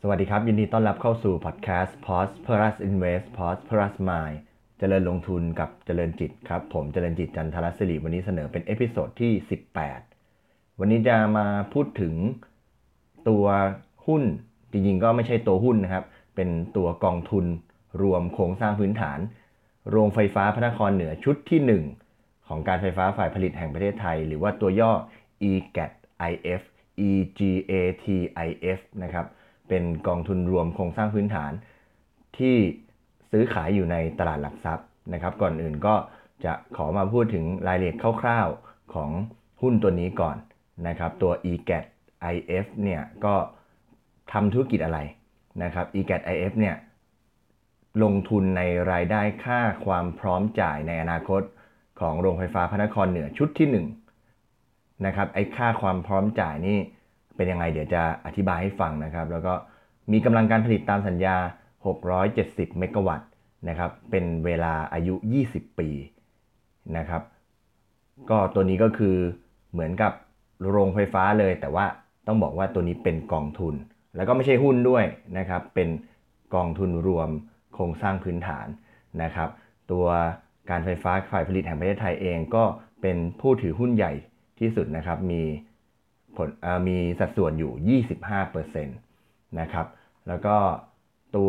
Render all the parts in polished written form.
สวัสดีครับยินดีต้อนรับเข้าสู่พอดแคสต์ Pause Plus Invest Pause Plus Mind เจริญลงทุนกับเจริญจิตครับผมเจริญจิตจันทรศิริวันนี้เสนอเป็นเอพิโซดที่18วันนี้จะมาพูดถึงตัวหุ้นจริงๆก็ไม่ใช่ตัวหุ้นนะครับเป็นตัวกองทุนรวมโครงสร้างพื้นฐานโรงไฟฟ้าพระนครเหนือชุดที่1ของการไฟฟ้าฝ่ายผลิตแห่งประเทศไทยหรือว่าตัวย่อ EGAT-IF EGATIF นะครับเป็นกองทุนรวมโครงสร้างพื้นฐานที่ซื้อขายอยู่ในตลาดหลักทรัพย์นะครับก่อนอื่นก็จะขอมาพูดถึงรายละเอียดคร่าวๆของหุ้นตัวนี้ก่อนนะครับตัว EGAT-IF เนี่ยก็ทำธุรกิจอะไรนะครับ EGAT-IF เนี่ยลงทุนในรายได้ค่าความพร้อมจ่ายในอนาคตของโรงไฟฟ้าพระนครเหนือชุดที่1นะครับไอ้ค่าความพร้อมจ่ายนี่เป็นยังไงเดี๋ยวจะอธิบายให้ฟังนะครับแล้วก็มีกำลังการผลิตตามสัญญา670เมกะวัตต์นะครับเป็นเวลาอายุ20ปีนะครับก็ตัวนี้ก็คือเหมือนกับโรงไฟฟ้าเลยแต่ว่าต้องบอกว่าตัวนี้เป็นกองทุนแล้วก็ไม่ใช่หุ้นด้วยนะครับเป็นกองทุนรวมโครงสร้างพื้นฐานนะครับตัวการไฟฟ้าฝ่ายผลิตแห่งประเทศไทยเองก็เป็นผู้ถือหุ้นใหญ่ที่สุดนะครับมีสัดส่วนอยู่ 25% นะครับแล้วก็ตัว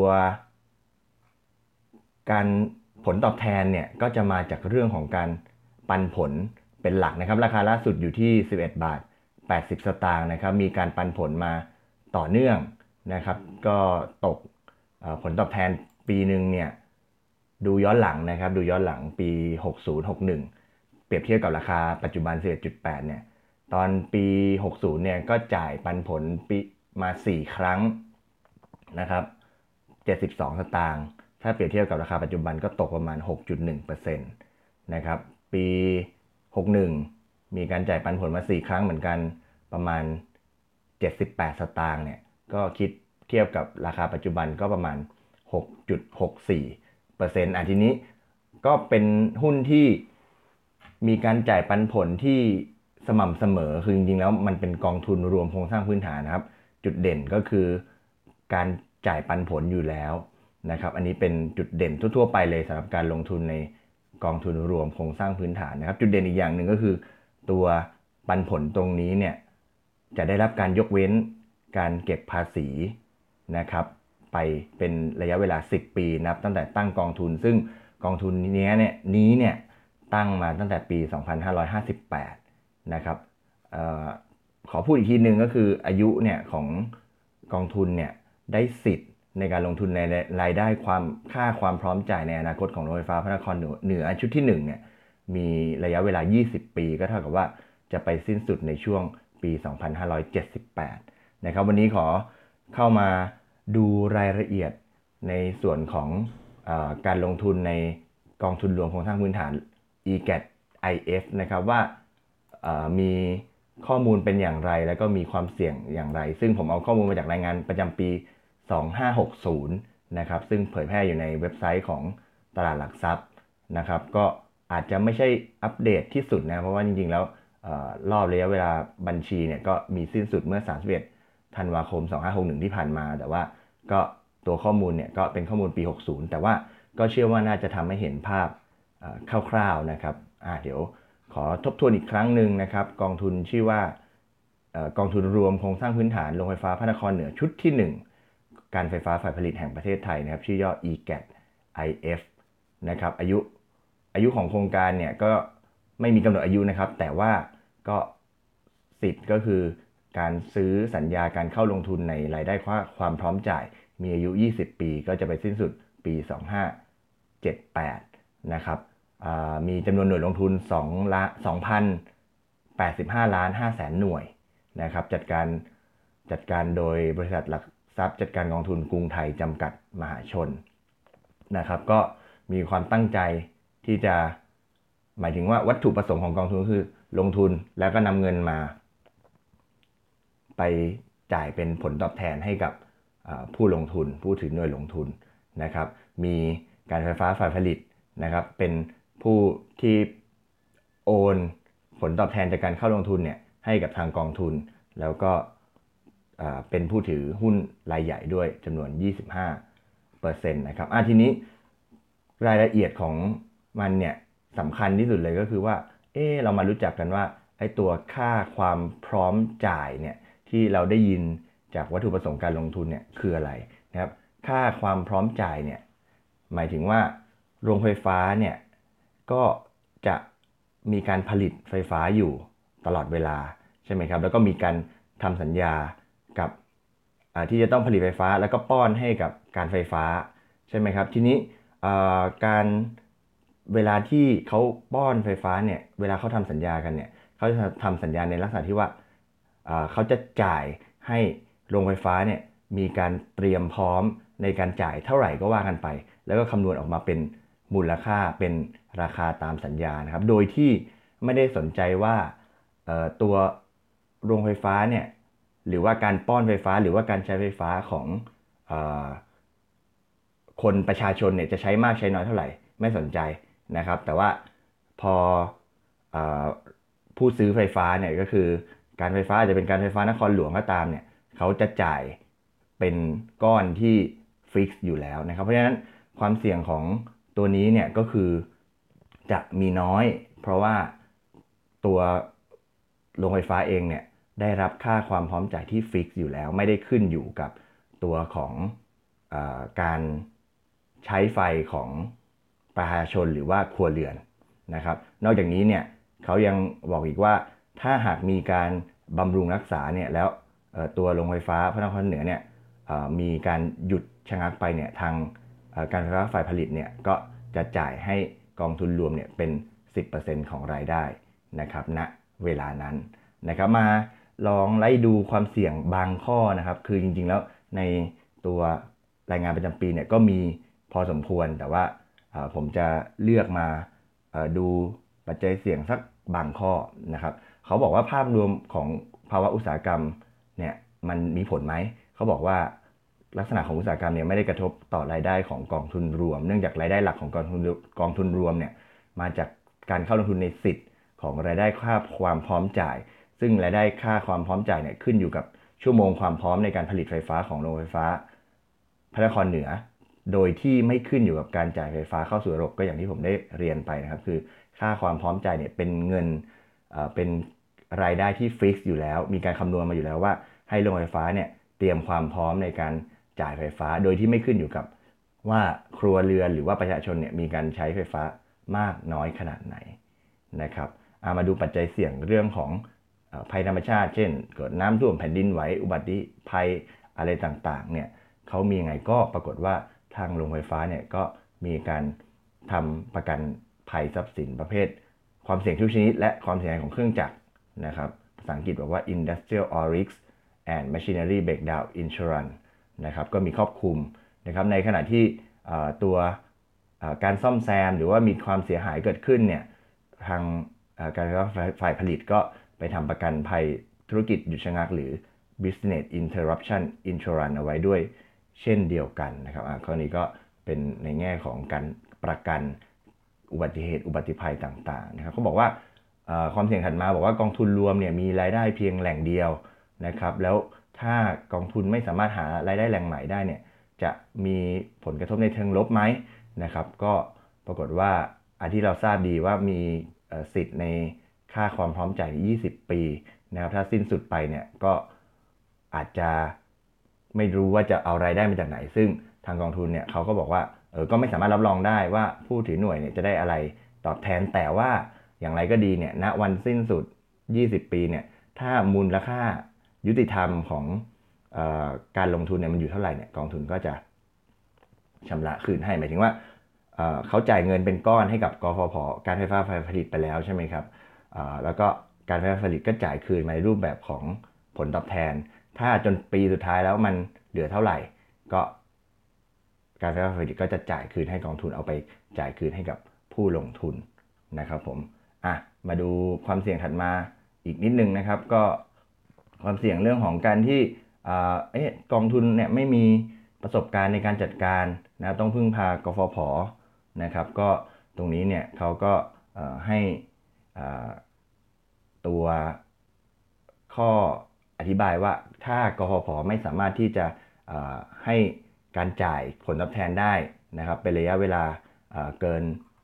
การผลตอบแทนเนี่ยก็จะมาจากเรื่องของการปันผลเป็นหลักนะครับราคาล่าสุดอยู่ที่11บาท80สตางค์นะครับมีการปันผลมาต่อเนื่องนะครับก็ตกผลตอบแทนปีหนึ่งเนี่ยดูย้อนหลังนะครับดูย้อนหลังปี60-61เปรียบเทียบกับราคาปัจจุบัน11.8เนี่ยตอนปี60เนี่ยก็จ่ายปันผลปีมา4ครั้งนะครับ72สตางค์ถ้าเปรียบเทียบกับราคาปัจจุบันก็ตกประมาณ 6.1% นะครับปี61มีการจ่ายปันผลมา4ครั้งเหมือนกันประมาณ78สตางค์เนี่ยก็คิดเทียบกับราคาปัจจุบันก็ประมาณ 6.64% ทีนี้ก็เป็นหุ้นที่มีการจ่ายปันผลที่สม่ำเสมอคือจริงๆแล้วมันเป็นกองทุนรวมโครงสร้างพื้นฐานนะครับจุดเด่นก็คือการจ่ายปันผลอยู่แล้วนะครับอันนี้เป็นจุดเด่นทั่วๆไปเลยสำหรับการลงทุนในกองทุนรวมโครงสร้างพื้นฐานนะครับจุดเด่นอีกอย่างหนึ่งก็คือตัวปันผลตรงนี้เนี่ยจะได้รับการยกเว้นการเก็บภาษีนะครับไปเป็นระยะเวลา10ปีนับตั้งแต่ตั้งกองทุนซึ่งกองทุนนี้เนี่ยตั้งมาตั้งแต่ปี2558นะครับขอพูดอีกทีนึงก็คืออายุเนี่ยของกองทุนเนี่ยได้สิทธิ์ในการลงทุนในรายได้ค่าความพร้อมจ่ายในอนาคตของโรงไฟฟ้าพระนครเหนือชุดที่1เนี่ยมีระยะเวลา20ปีก็เท่ากับว่าจะไปสิ้นสุดในช่วงปี2578นะครับวันนี้ขอเข้ามาดูรายละเอียดในส่วนของการลงทุนในกองทุนรวมโครงสร้างพื้นฐาน EGAT-IF นะครับว่ามีข้อมูลเป็นอย่างไรแล้วก็มีความเสี่ยงอย่างไรซึ่งผมเอาข้อมูลมาจากรายงานประจำปี2560นะครับซึ่งเผยแพร่อยู่ในเว็บไซต์ของตลาดหลักทรัพย์นะครับก็อาจจะไม่ใช่อัปเดตที่สุดนะเพราะว่าจริงๆแล้วรอบระยะเวลาบัญชีเนี่ยก็มีสิ้นสุดเมื่อ31ธันวาคม2561ที่ผ่านมาแต่ว่าก็ตัวข้อมูลเนี่ยก็เป็นข้อมูลปี60แต่ว่าก็เชื่อว่าน่าจะทำให้เห็นภาพคร่าวๆนะครับเดี๋ยวขอทบทวนอีกครั้งหนึ่งนะครับกองทุนชื่อว่ากองทุนรวมโครงสร้างพื้นฐานโรงไฟฟ้าพระนครเหนือชุดที่1การไฟฟ้าฝ่ายผลิตแห่งประเทศไทยนะครับชื่อย่อ EGAT-IF นะครับอายุของโครงการเนี่ยก็ไม่มีกำหนดอายุนะครับแต่ว่าก็สิทธิ์ก็คือการซื้อสัญญาการเข้าลงทุนในรายได้ความพร้อมจ่ายมีอายุ20ปีก็จะไปสิ้นสุดปี2578นะครับมีจำนวนหน่วยลงทุน2,085ล้าน5แสนหน่วยนะครับจัดการโดยบริษัทหลักทรัพย์จัดการกองทุนกรุงไทยจำกัดมหาชนนะครับก็มีความตั้งใจที่จะหมายถึงว่าวัตถุประสงค์ของกองทุนคือลงทุนแล้วก็นำเงินมาไปจ่ายเป็นผลตอบแทนให้กับผู้ลงทุนผู้ถือหน่วยลงทุนนะครับมีการไฟฟ้าฝ่ายผลิตนะครับเป็นผู้ที่โอนผลตอบแทนจากการเข้าลงทุนเนี่ยให้กับทางกองทุนแล้วก็เป็นผู้ถือหุ้นรายใหญ่ด้วยจำนวน 25% นะครับทีนี้รายละเอียดของมันเนี่ยสำคัญที่สุดเลยก็คือว่าเรามารู้จักกันว่าไอ้ตัวค่าความพร้อมจ่ายเนี่ยที่เราได้ยินจากวัตถุประสงค์การลงทุนเนี่ยคืออะไรนะครับค่าความพร้อมจ่ายเนี่ยหมายถึงว่าโรงไฟฟ้าเนี่ยก็จะมีการผลิตไฟฟ้าอยู่ตลอดเวลาใช่ไหมครับแล้วก็มีการทำสัญญากับที่จะต้องผลิตไฟฟ้าแล้วก็ป้อนให้กับการไฟฟ้าใช่ไหมครับทีนี้การเวลาที่เขาป้อนไฟฟ้าเนี่ยเวลาเขาทำสัญญากันเนี่ยเขาจะทำสัญญาในลักษณะที่ว่าเขาจะจ่ายให้โรงไฟฟ้าเนี่ยมีการเตรียมพร้อมในการจ่ายเท่าไหร่ก็ว่ากันไปแล้วก็คำนวณออกมาเป็นมูลค่าเป็นราคาตามสัญญานะครับโดยที่ไม่ได้สนใจว่าตัวโรงไฟฟ้าเนี่ยหรือว่าการป้อนไฟฟ้าหรือว่าการใช้ไฟฟ้าของคนประชาชนเนี่ยจะใช้มากใช้น้อยเท่าไหร่ไม่สนใจนะครับแต่ว่าพอผู้ซื้อไฟฟ้าเนี่ยก็คือการไฟฟ้าจะเป็นการไฟฟ้านครหลวงก็ตามเนี่ยเขาจะจ่ายเป็นก้อนที่ฟิกซ์อยู่แล้วนะครับเพราะฉะนั้นความเสี่ยงของตัวนี้เนี่ยก็คือจะมีน้อยเพราะว่าตัวโรงไฟฟ้าเองเนี่ยได้รับค่าความพร้อมจ่ายที่ฟิกซ์อยู่แล้วไม่ได้ขึ้นอยู่กับตัวของการใช้ไฟของประชาชนหรือว่าครัวเรือนนะครับนอกจากนี้เนี่ยเขายังบอกอีกว่าถ้าหากมีการบำรุงรักษาเนี่ยแล้วตัวโรงไฟฟ้าพระนครเหนือเนี่ยมีการหยุดชะงักไปเนี่ยทางการไฟฟ้าฝ่ายผลิตเนี่ยก็จะจ่ายให้กองทุนรวมเนี่ยเป็น 10% ของรายได้นะครับณเวลานั้นนะครับมาลองไล่ดูความเสี่ยงบางข้อนะครับคือจริงๆแล้วในตัวรายงานประจำปีเนี่ยก็มีพอสมควรแต่ว่าผมจะเลือกมาดูปัจจัยเสี่ยงสักบางข้อนะครับเขาบอกว่าภาพรวมของภาวะอุตสาหกรรมเนี่ยมันมีผลไหมเขาบอกว่าลักษณะของอุตสาหกรรมเนี่ยไม่ได้กระทบต่อรายได้ของกองทุนรวมเนื่องจากรายได้หลักของกองทุนรวมเนี่ยมาจากการเข้าลงทุนในสิทธิ์ของรายได้ค่าความพร้อมจ่ายซึ่งรายได้ค่าความพร้อมจ่ายเนี่ยขึ้นอยู่กับชั่วโมงความพร้อมในการผลิตไฟฟ้าของโรงไฟฟ้าพระนครเหนือโดยที่ไม่ขึ้นอยู่กับการจ่ายไฟฟ้าเข้าสู่ระบบก็อย่างที่ผมได้เรียนไปนะครับคือค่าความพร้อมจ่ายเนี่ยเป็นเงินเป็นรายได้ที่ฟิกซ์อยู่แล้วมีการคำนวณมาอยู่แล้วว่าให้โรงไฟฟ้าเนี่ยเตรียมความพร้อมในการจ่ายไฟฟ้าโดยที่ไม่ขึ้นอยู่กับว่าครัวเรือนหรือว่าประชาชนเนี่ยมีการใช้ไฟฟ้ามากน้อยขนาดไหนนะครับมาดูปัจจัยเสี่ยงเรื่องของภัยธรรมชาติเช่นเกิดน้ำท่วมแผ่นดินไหวอุบัติภัยอะไรต่างๆเนี่ยเขามียังไงก็ปรากฏว่าทางโรงไฟฟ้าเนี่ยก็มีการทำประกันภัยทรัพย์สินประเภทความเสี่ยงทุกชนิดและความเสียหายของเครื่องจักรนะครับภาษาอังกฤษบอกว่า Industrial All Risks and Machinery Breakdown Insurance นะครับก็มีครอบคลุมนะครับในขณะที่ตัวการซ่อมแซมหรือว่ามีความเสียหายเกิดขึ้นเนี่ยทางการไฟฟ้าฝ่ายผลิตก็ไปทำประกันภัยธุรกิจหยุดชะงักหรือ Business Interruption Insurance เอาไว้ด้วยเช่นเดียวกันนะครับข้อนี้ก็เป็นในแง่ของการประกันอุบัติเหตุอุบัติภัยต่างๆนะครับเขาบอกว่าความเสี่ยงถัดมาบอกว่ากองทุนรวมเนี่ยมีรายได้เพียงแหล่งเดียวนะครับแล้วถ้ากองทุนไม่สามารถหารายได้แหล่งใหม่ได้เนี่ยจะมีผลกระทบในเชิงลบไหมนะครับก็ปรากฏว่าอันที่เราทราบดีว่ามีสิทธิ์ในค่าความพร้อมจ่าย20 ปีนะครับถ้าสิ้นสุดไปเนี่ยก็อาจจะไม่รู้ว่าจะเอารายได้มาจากไหนซึ่งทางกองทุนเนี่ยเขาก็บอกว่าก็ไม่สามารถรับรองได้ว่าผู้ถือหน่วยเนี่ยจะได้อะไรตอบแทนแต่ว่าอย่างไรก็ดีเนี่ยณวันสิ้นสุด20 ปีเนี่ยถ้ามูลค่ายุติธรรมของการลงทุนเนี่ยมันอยู่เท่าไหร่เนี่ยกองทุนก็จะชำระคืนให้หมายถึงว่าเขาจ่ายเงินเป็นก้อนให้กับกฟผ.การไฟฟ้าฝ่ายผลิตไปแล้วใช่ไหมครับแล้วก็การไฟฟ้าผลิตก็จ่ายคืนมาในรูปแบบของผลตอบแทนถ้าจนปีสุดท้ายแล้วมันเหลือเท่าไหร่ก็การไฟฟ้าฝ่ายผลิตก็จะจ่ายคืนให้กองทุนเอาไปจ่ายคืนให้กับผู้ลงทุนนะครับผมมาดูความเสี่ยงถัดมาอีกนิดนึงนะครับก็ความเสี่ยงเรื่องของการที่กองทุนเนี่ยไม่มีประสบการณ์ในการจัดการนะต้องพึ่งพากฟผ.นะครับก็ตรงนี้เนี่ยเขาก็ให้ตัวข้ออธิบายว่าถ้ากฟผ.ไม่สามารถที่จะให้การจ่ายผลตอบแทนได้นะครับเป็นระยะเวลาเกิน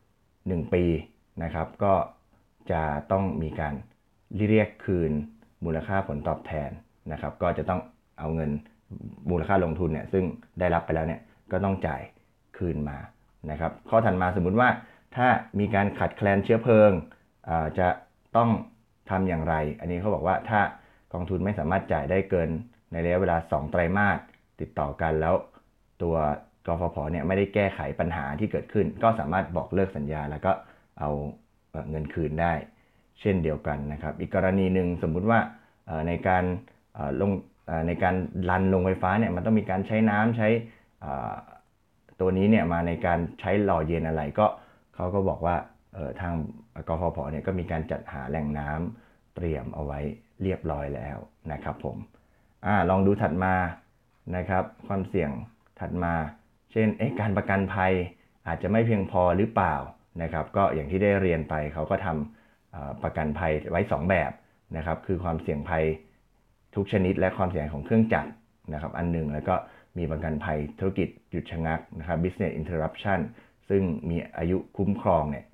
1 ปีนะครับก็จะต้องมีการเรียกคืนมูลค่าผลตอบแทนนะครับก็จะต้องเอาเงินมูลค่าลงทุนเนี่ยซึ่งได้รับไปแล้วเนี่ยก็ต้องจ่ายคืนมานะครับข้อถัดมาสมมุติว่าถ้ามีการขาดแคลนเชื้อเพลิงจะต้องทำอย่างไรอันนี้เขาบอกว่าถ้ากองทุนไม่สามารถจ่ายได้เกินในระยะเวลา2 ไตรมาสติดต่อกันแล้วตัวกฟผ.เนี่ยไม่ได้แก้ไขปัญหาที่เกิดขึ้นก็สามารถบอกเลิกสัญญาแล้วก็เอาเงินคืนได้เช่นเดียวกันนะครับอีกกรณีหนึ่งสมมุติว่าในการในการรันโรงไฟฟ้าเนี่ยมันต้องมีการใช้น้ำใช้ตัวนี้เนี่ยมาในการใช้หล่อเย็นอะไรก็เขาก็บอกว่าทางกฟผ.เนี่ยก็มีการจัดหาแหล่งน้ำเตรียมเอาไว้เรียบร้อยแล้วนะครับผมลองดูถัดมานะครับความเสี่ยงถัดมาเช่นการประกันภัยอาจจะไม่เพียงพอหรือเปล่านะครับก็อย่างที่ได้เรียนไปเขาก็ทำประกันภัยไว้2 แบบนะครับคือความเสี่ยงภัยทุกชนิดและความเสี่ยงของเครื่องจักรนะครับอันหนึ่งแล้วก็มีประกันภัยธุรกิจหยุดชะงักนะครับ business interruption ซึ่งมีอายุคุ้มครองเนี่ย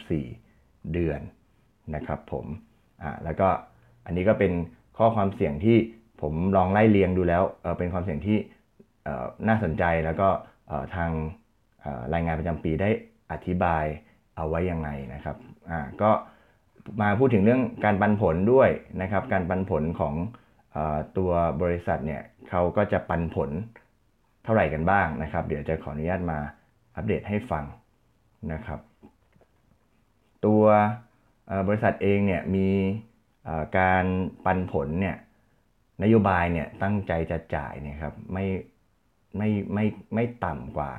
24 เดือนนะครับผมแล้วก็อันนี้ก็เป็นข้อความเสี่ยงที่ผมลองไล่เรียงดูแล้วเป็นความเสี่ยงที่น่าสนใจแล้วก็ทางรายงานประจำปีได้อธิบายเอาไว้ยังไงนะครับก็มาพูดถึงเรื่องการปันผลด้วยนะครับการปันผลของตัวบริษัทเนี่ยเขาก็จะปันผลเท่าไหร่กันบ้างนะครับเดี๋ยวจะขออนุญาตมาอัปเดตให้ฟังนะครับตัวบริษัทเองเนี่ยมีการปันผลเนี่ยนโยบายเนี่ยตั้งใจจะจ่ายเนี่ยครับไม่ต่ำกว่า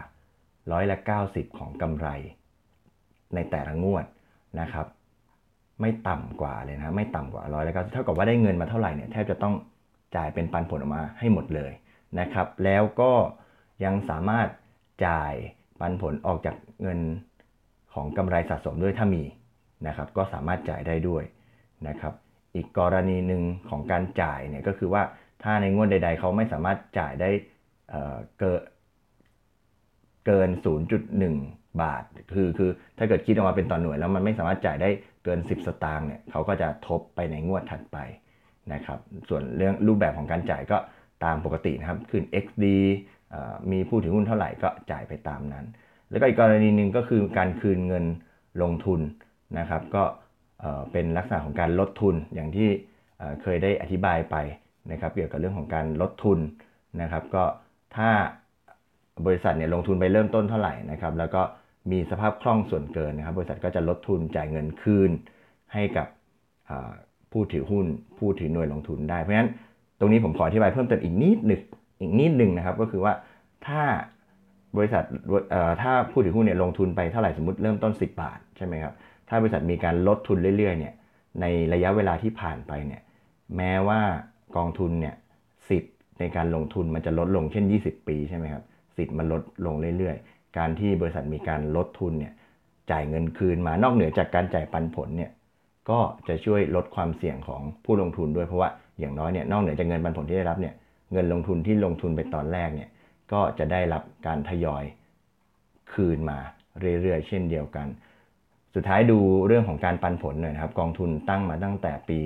90%ของกำไรในแต่ละงวดนะครับไม่ต่ำกว่าเลยนะไม่ต่ำกว่า190%เท่ากับว่าได้เงินมาเท่าไหร่เนี่ยแทบจะต้องจ่ายเป็นปันผลออกมาให้หมดเลยนะครับแล้วก็ยังสามารถจ่ายปันผลออกจากเงินของกำไรสะสมด้วยถ้ามีนะครับก็สามารถจ่ายได้ด้วยนะครับอีกกรณีหนึ่งของการจ่ายเนี่ยก็คือว่าถ้าในงวดใดๆเขาไม่สามารถจ่ายได้เกิน 0.1 บาทคือถ้าเกิดคิดออกมาเป็นต่อหน่วยแล้วมันไม่สามารถจ่ายได้เกิน10 สตางค์เนี่ยเขาก็จะทบไปในงวดถัดไปนะครับส่วนเรื่องรูปแบบของการจ่ายก็ตามปกตินะครับคืน XD มีผู้ถือหุ้นเท่าไหร่ก็จ่ายไปตามนั้นแล้วก็อีกกรณีหนึ่งก็คือการคืนเงินลงทุนนะครับก็เป็นลักษณะของการลดทุนอย่างที่เคยได้อธิบายไปนะครับเกี่ยวกับเรื่องของการลดทุนนะครับก็ถ้าบริษัทเนี่ยลงทุนไปเริ่มต้นเท่าไหร่นะครับแล้วก็มีสภาพคล่องส่วนเกินนะครับบริษัทก็จะลดทุนจ่ายเงินคืนให้กับผู้ถือหุ้นผู้ถือหน่วยลงทุนได้เพราะฉะนั้นตรงนี้ผมขออธิบายเพิ่มเติมอีกนิดหนึ่งนะครับก็คือว่าถ้าบริษัทถ้าผู้ถือหุ้นเนี่ยลงทุนไปเท่าไหร่สมมติเริ่มต้น10 บาทใช่ไหมครับถ้าบริษัทมีการลดทุนเรื่อยๆเนี่ยในระยะเวลาที่ผ่านไปเนี่ยแม้ว่ากองทุนเนี่ยสิทธิ์ในการลงทุนมันจะลดลงเช่น20 ปีใช่ไหมครับสิทธิ์มันลดลงเรื่อยๆการที่บริษัทมีการลดทุนเนี่ยจ่ายเงินคืนมานอกเหนือจากการจ่ายปันผลเนี่ยก็จะช่วยลดความเสี่ยงของผู้ลงทุนด้วยเพราะว่าอย่างน้อยเนี่ยนอกเหนือจากเงินปันผลที่ได้รับเนี่ยเงินลงทุนที่ลงทุนไปตอนแรกเนี่ยก็จะได้รับการทยอยคืนมาเรื่อยๆเช่นเดียวกันสุดท้ายดูเรื่องของการปันผลหน่อยนะครับกองทุนตั้งมาตั้งแต่ปี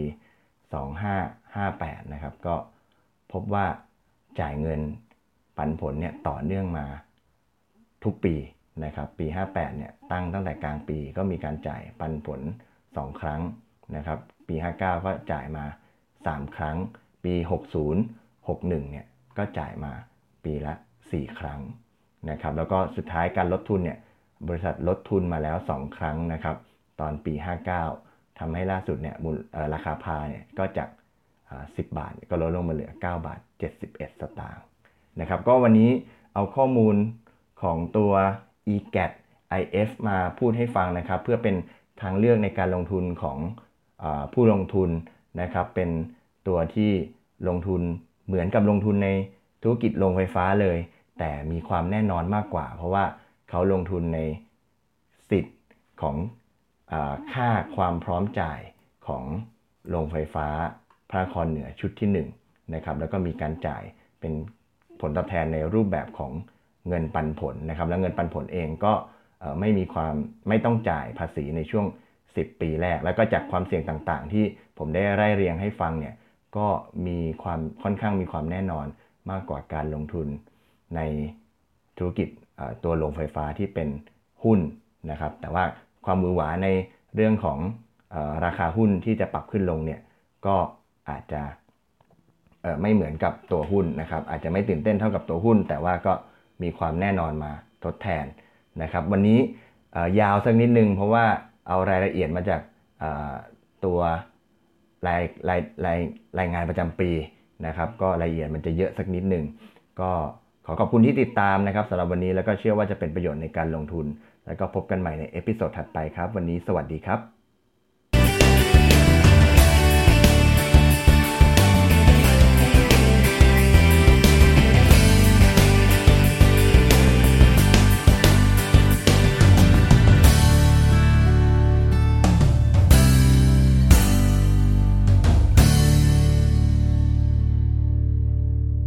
2558นะครับก็พบว่าจ่ายเงินปันผลเนี่ยต่อเนื่องมาทุกปีนะครับปี58เนี่ยตั้งแต่กลางปีก็มีการจ่ายปันผล2 ครั้งนะครับปี59ก็จ่ายมา3 ครั้งปี60 61เนี่ยก็จ่ายมาปีละ4 ครั้งนะครับแล้วก็สุดท้ายการลดทุนเนี่ยบริษัทลดทุนมาแล้ว2 ครั้งนะครับตอนปี59ทำให้ล่าสุดเนี่ยราคาพาเนี่ยก็จาก10 บาทก็ลดลงมาเหลือ9 บาท 71 สตางค์นะครับก็วันนี้เอาข้อมูลของตัว EGAT IF มาพูดให้ฟังนะครับเพื่อเป็นทางเลือกในการลงทุนของผู้ลงทุนนะครับเป็นตัวที่ลงทุนเหมือนกับลงทุนในธุรกิจโรงไฟฟ้าเลยแต่มีความแน่นอนมากกว่าเพราะว่าเขาลงทุนในสิทธิ์ของค่าความพร้อมจ่ายของโรงไฟฟ้าพระนครเหนือชุดที่นะครับแล้วก็มีการจ่ายเป็นผลตอบแทนในรูปแบบของเงินปันผลนะครับและเงินปันผลเองก็ไม่ต้องจ่ายภาษีในช่วง10 ปีแรกแล้วก็จากความเสี่ยงต่างๆที่ผมได้ไล่เรียงให้ฟังเนี่ยก็มีความค่อนข้างมีความแน่นอนมากกว่าการลงทุนในธุรกิจตัวโรงไฟฟ้าที่เป็นหุ้นนะครับแต่ว่าความหวือหวาในเรื่องของราคาหุ้นที่จะปรับขึ้นลงเนี่ยก็อาจจะไม่เหมือนกับตัวหุ้นนะครับอาจจะไม่ตื่นเต้นเท่ากับตัวหุ้นแต่ว่าก็มีความแน่นอนมาทดแทนนะครับวันนี้ยาวสักนิดนึงเพราะว่าเอารายละเอียดมาจากตัวรายงานประจำปีนะครับก็รายละเอียดมันจะเยอะสักนิดนึงก็ขอบคุณที่ติดตามนะครับสำหรับวันนี้แล้วก็เชื่อว่าจะเป็นประโยชน์ในการลงทุนแล้วก็พบกันใหม่ในเอพิโซดถัดไปครับวันนี้สวัสดีครับ